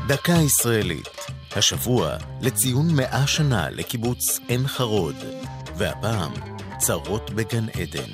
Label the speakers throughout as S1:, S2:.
S1: דקה ישראלית, השבוע לציון 100 שנה לקיבוץ עין חרוד, והפעם צרות בגן עדן.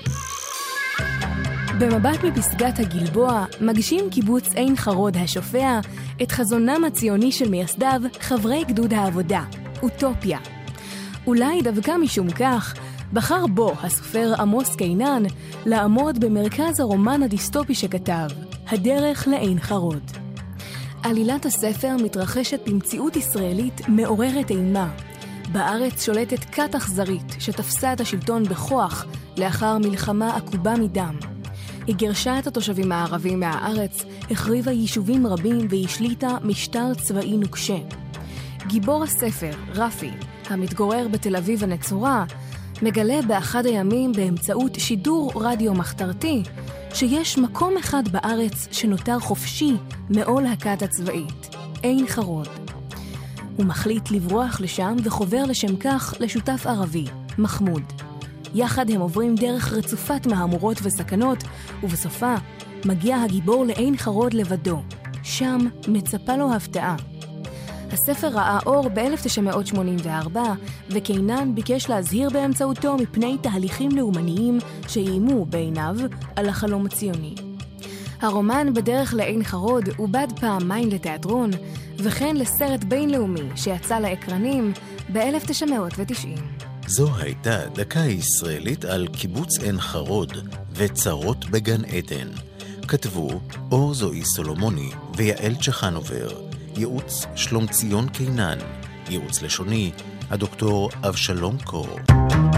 S2: במבט מפסגת הגלבוע מגשים קיבוץ עין חרוד השופע את חזונם הציוני של מייסדיו חברי גדוד העבודה, אוטופיה. אולי דווקא משום כך בחר בו הסופר עמוס קינן לעמוד במרכז הרומן הדיסטופי שכתב, הדרך לעין חרוד. עלילת הספר מתרחשת במציאות ישראלית מעוררת אימה. בארץ שולטת כת אכזרית שתפסה את השלטון בכוח לאחר מלחמה עקובה מדם. היא גירשה את התושבים הערבים מהארץ, החריבה יישובים רבים והשליטה משטר צבאי נוקשה. גיבור הספר, רפי, המתגורר בתל אביב הנצורה, מגלה באחד הימים באמצעות שידור רדיו מחתרתי שיש מקום אחד בארץ שנותר חופשי מעול הכת הצבאית, עין חרוד. הוא מחליט לברוח לשם וחובר לשם כך לשותף ערבי, מחמוד. יחד הם עוברים דרך רצופת מהמורות וסכנות, ובסופה מגיע הגיבור לעין חרוד לבדו. שם מצפה לו הפתעה. הספר ראה אור ב-1984, וקינן ביקש להזהיר באמצעותו מפני תהליכים לאומניים שאיימו בעיניו על החלום הציוני. הרומן בדרך לעין חרוד עובד פעמיים לתיאטרון, וכן לסרט בינלאומי שיצא לאקרנים ב-1990.
S1: זו הייתה דקה ישראלית על קיבוץ עין חרוד וצרות בגן עדן. כתבו אור זוהי סולומוני ויעל צ'חנובר. ייעוץ שלום ציון קינן. ייעוץ לשוני הדוקטור אבשלום קור.